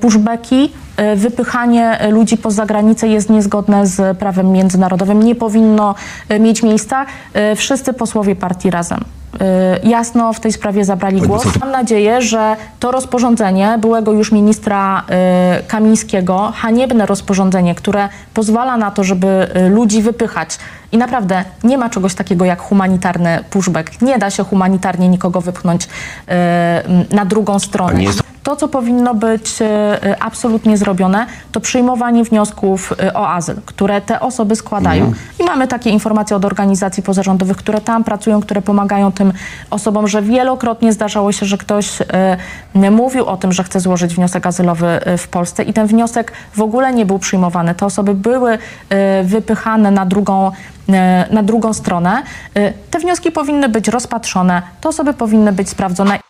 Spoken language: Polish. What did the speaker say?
pushbacki, wypychanie ludzi poza granicę jest niezgodne z prawem międzynarodowym. Nie powinno mieć miejsca. Wszyscy posłowie partii Razem jasno w tej sprawie zabrali głos. Mam nadzieję, że to rozporządzenie byłego już ministra Kamińskiego, haniebne rozporządzenie, które pozwala na to, żeby ludzi wypychać. I naprawdę nie ma czegoś takiego jak humanitarny pushback. Nie da się humanitarnie nikogo wypchnąć na drugą stronę. To, co powinno być absolutnie zrobione, to przyjmowanie wniosków o azyl, które te osoby składają. I mamy takie informacje od organizacji pozarządowych, które tam pracują, które pomagają tym osobom, że wielokrotnie zdarzało się, że ktoś mówił o tym, że chce złożyć wniosek azylowy w Polsce i ten wniosek w ogóle nie był przyjmowany. Te osoby były wypychane na drugą stronę. Te wnioski powinny być rozpatrzone, te osoby powinny być sprawdzone.